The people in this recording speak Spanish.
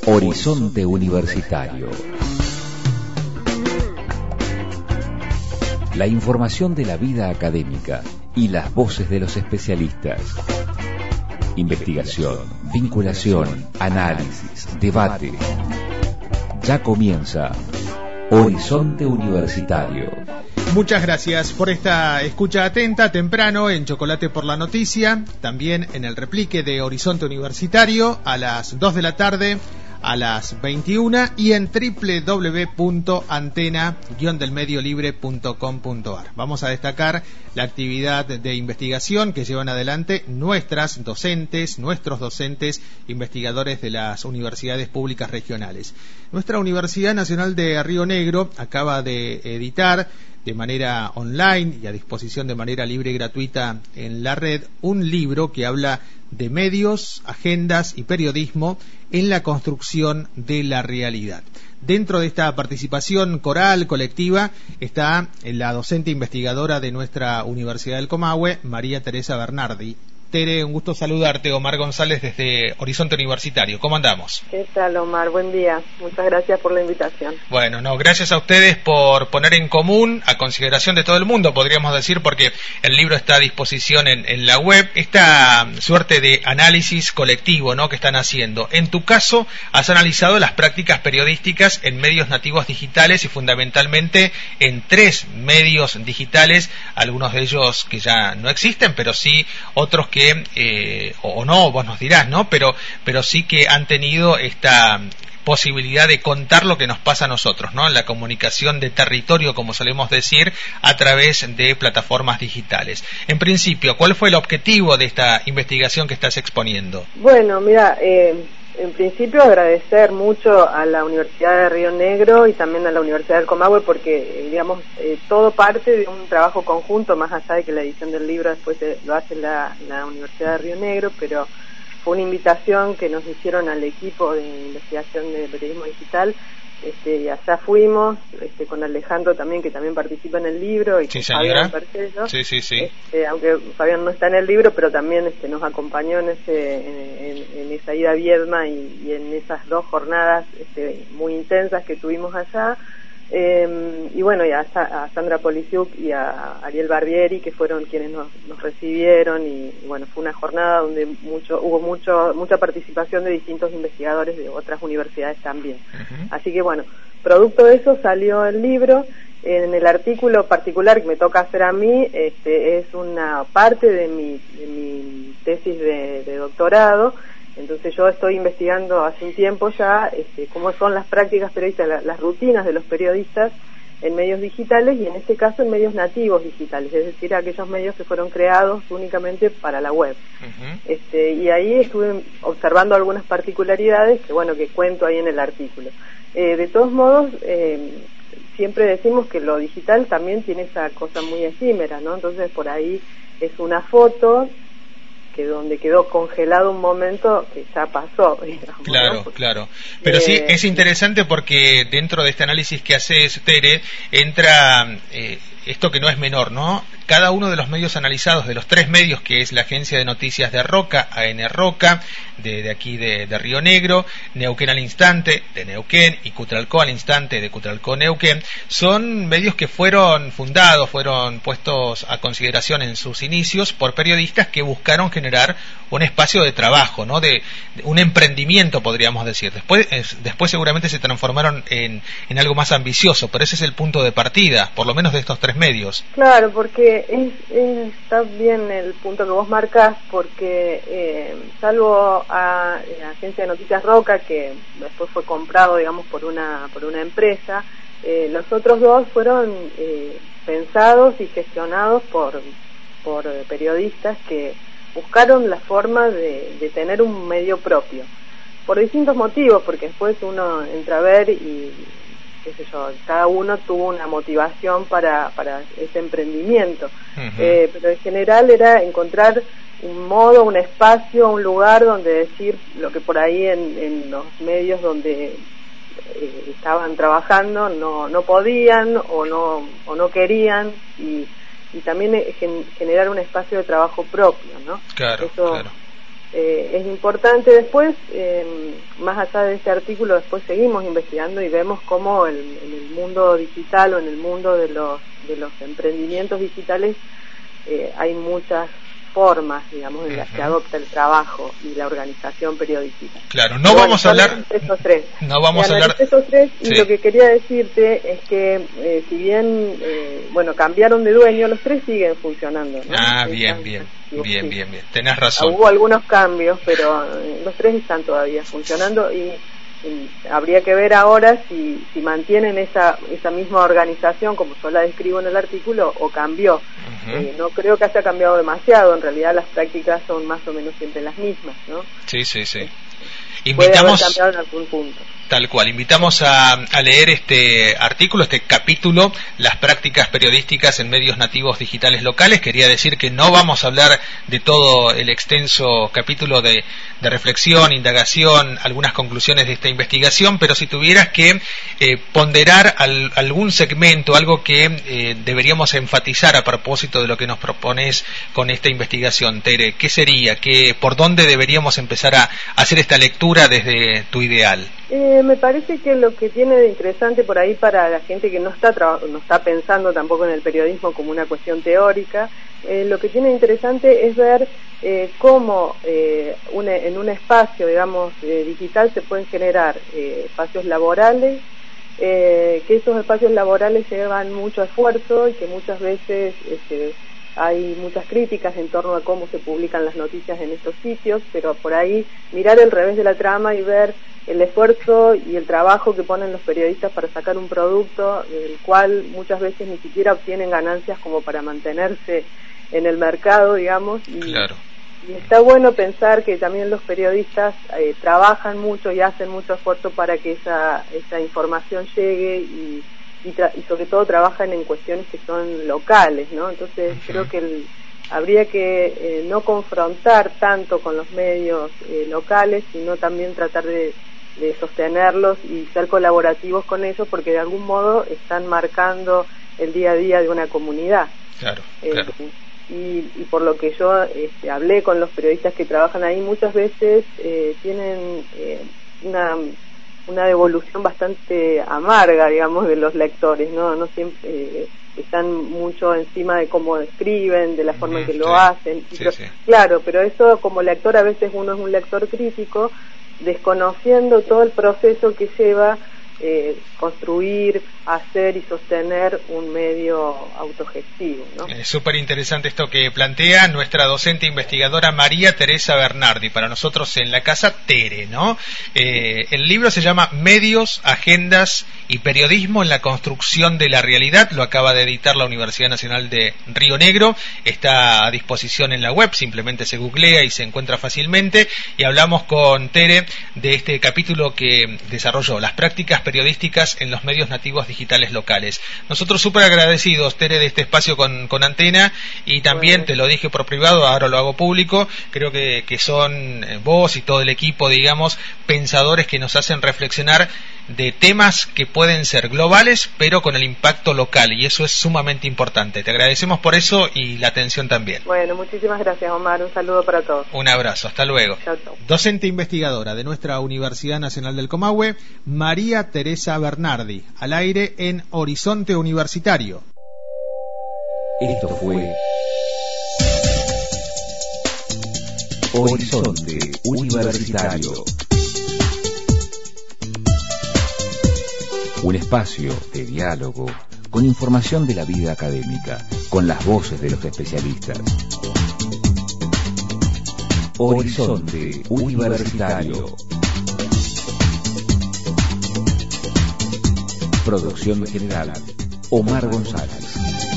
Horizonte Universitario. La información de la vida académica y las voces de los especialistas. Investigación, vinculación, análisis, debate. Ya comienza Horizonte Universitario. Muchas gracias por esta escucha atenta temprano en Chocolate por la Noticia, también en el replique de Horizonte Universitario a las 2 de la tarde, a las 21 y en www.antena-delmediolibre.com.ar. Vamos a destacar la actividad de investigación que llevan adelante nuestros docentes, investigadores de las universidades públicas regionales. Nuestra Universidad Nacional de Río Negro acaba de editar de manera online y a disposición de manera libre y gratuita en la red un libro que habla de medios, agendas y periodismo en la construcción de la realidad. Dentro de esta participación coral, colectiva, está la docente investigadora de nuestra Universidad del Comahue, María Teresa Bernardi. Tere, un gusto saludarte. Omar González desde Horizonte Universitario. ¿Cómo andamos? ¿Qué tal, Omar? Buen día. Muchas gracias por la invitación. Bueno, gracias a ustedes por poner en común, a consideración de todo el mundo, podríamos decir, porque el libro está a disposición en la web, esta suerte de análisis colectivo, ¿no?, que están haciendo. En tu caso, has analizado las prácticas periodísticas en medios nativos digitales y fundamentalmente en 3 medios digitales, algunos de ellos que ya no existen, pero sí otros que o no, vos nos dirás, ¿no? Pero sí que han tenido esta posibilidad de contar lo que nos pasa a nosotros, ¿no? La comunicación de territorio, como solemos decir, a través de plataformas digitales. En principio, ¿cuál fue el objetivo de esta investigación que estás exponiendo? Bueno, mira, en principio agradecer mucho a la Universidad de Río Negro y también a la Universidad del Comahue porque, digamos, todo parte de un trabajo conjunto, más allá de que la edición del libro después lo hace la Universidad de Río Negro, pero fue una invitación que nos hicieron al equipo de investigación de periodismo digital, y allá fuimos, con Alejandro también, que también participa en el libro, y sí, con Fabián Percello. Sí. Aunque Fabián no está en el libro, pero también nos acompañó en esa ida a Viedma y en esas 2 jornadas muy intensas que tuvimos allá. Y bueno, y a Sandra Polisiuk y a Ariel Barbieri, que fueron quienes nos recibieron, y bueno, fue una jornada donde hubo mucha participación de distintos investigadores de otras universidades también. Uh-huh. Así que bueno, producto de eso salió el libro. En el artículo particular que me toca hacer a mí, es una parte de mi tesis de doctorado. Entonces yo estoy investigando hace un tiempo ya cómo son las prácticas periodistas, las rutinas de los periodistas en medios digitales y en este caso en medios nativos digitales, es decir, aquellos medios que fueron creados únicamente para la web. Uh-huh. Y ahí estuve observando algunas particularidades que cuento ahí en el artículo. De todos modos, siempre decimos que lo digital también tiene esa cosa muy efímera, ¿no? Entonces por ahí es una foto que donde quedó congelado un momento que ya pasó, digamos, claro, ¿no? Claro. Pero sí, es interesante porque dentro de este análisis que haces, Tere, entra esto que no es menor, ¿no? Cada uno de los medios analizados, de los 3 medios, que es la agencia de noticias de Roca, AN Roca, de aquí de Río Negro, Neuquén al Instante, de Neuquén, y Cutralcó al Instante, de Cutralcó Neuquén, son medios que fueron fundados, fueron puestos a consideración en sus inicios por periodistas que buscaron generar un espacio de trabajo, ¿no? De un emprendimiento, podríamos decir. Después seguramente se transformaron en algo más ambicioso, pero ese es el punto de partida, por lo menos de estos 3 medios. Claro, porque está bien el punto que vos marcás, porque salvo a la agencia de noticias Roca, que después fue comprado, digamos, por una empresa, los otros 2 fueron pensados y gestionados por periodistas que buscaron la forma de tener un medio propio, por distintos motivos, porque después uno entra a ver y qué sé yo, cada uno tuvo una motivación para ese emprendimiento. Uh-huh. Pero en general era encontrar un modo, un espacio, un lugar donde decir lo que por ahí en los medios donde estaban trabajando no podían o no querían, y también generar un espacio de trabajo propio, ¿no? Claro, eso, claro. es importante. Después, más allá de este artículo, después seguimos investigando y vemos cómo en el mundo digital o en el mundo de los emprendimientos digitales hay muchas formas, digamos, en las que adopta el trabajo y la organización periodística. Claro, no vamos a hablar de esos tres. No vamos a hablar de esos tres, y sí. Lo que quería decirte es que si bien cambiaron de dueño, los tres siguen funcionando, ¿no? Bien. Tenés razón. Hubo algunos cambios, pero los tres están todavía funcionando y habría que ver ahora si mantienen esa misma organización como yo la describo en el artículo o cambió. No creo que haya cambiado demasiado, en realidad las prácticas son más o menos siempre las mismas, ¿no? Sí. Puede haber cambiado en algún punto. Tal cual, invitamos a leer este artículo, este capítulo, las prácticas periodísticas en medios nativos digitales locales. Quería decir que no vamos a hablar de todo el extenso capítulo de reflexión, indagación, algunas conclusiones de esta investigación, pero si tuvieras que ponderar algún segmento, algo que deberíamos enfatizar a propósito de lo que nos propones con esta investigación, Tere, ¿qué sería? ¿Por dónde deberíamos empezar a hacer esta lectura desde tu ideal? Me parece que lo que tiene de interesante por ahí para la gente que no está pensando tampoco en el periodismo como una cuestión teórica, lo que tiene de interesante es ver cómo en un espacio, digamos, digital se pueden generar espacios laborales, que esos espacios laborales llevan mucho esfuerzo y que muchas veces hay muchas críticas en torno a cómo se publican las noticias en estos sitios, pero por ahí mirar el revés de la trama y ver el esfuerzo y el trabajo que ponen los periodistas para sacar un producto del cual muchas veces ni siquiera obtienen ganancias como para mantenerse en el mercado, digamos. Claro. Y está bueno pensar que también los periodistas trabajan mucho y hacen mucho esfuerzo para que esa información llegue y sobre todo trabajan en cuestiones que son locales, ¿no? Entonces creo que habría que no confrontar tanto con los medios locales, sino también tratar de sostenerlos y ser colaborativos con ellos, porque de algún modo están marcando el día a día de una comunidad. Claro. Y por lo que yo hablé con los periodistas que trabajan ahí, muchas veces tienen una devolución bastante amarga, digamos, de los lectores, no siempre están mucho encima de cómo escriben, de la forma en que lo hacen. Sí. Claro, pero eso como lector a veces uno es un lector crítico, desconociendo todo el proceso que lleva construir, hacer y sostener un medio autogestivo, ¿no? Es súper interesante esto que plantea nuestra docente investigadora María Teresa Bernardi, para nosotros en la casa Tere, ¿no? El libro se llama Medios, Agendas y Periodismo en la Construcción de la Realidad, lo acaba de editar la Universidad Nacional de Río Negro, está a disposición en la web, simplemente se googlea y se encuentra fácilmente, y hablamos con Tere de este capítulo que desarrolló, las prácticas periodísticas en los medios nativos digitales locales. Nosotros súper agradecidos, Tere, de este espacio con Antena, y también te lo dije por privado, ahora lo hago público, creo que son vos y todo el equipo, digamos, pensadores que nos hacen reflexionar de temas que pueden ser globales, pero con el impacto local, y eso es sumamente importante. Te agradecemos por eso y la atención también. Bueno, muchísimas gracias, Omar, un saludo para todos. Un abrazo, hasta luego. Chau. Docente investigadora de nuestra Universidad Nacional del Comahue, María Teresa Bernardi, al aire en Horizonte Universitario. Esto fue Horizonte Universitario, un espacio de diálogo con información de la vida académica, con las voces de los especialistas. Horizonte Universitario. Producción general, Omar González.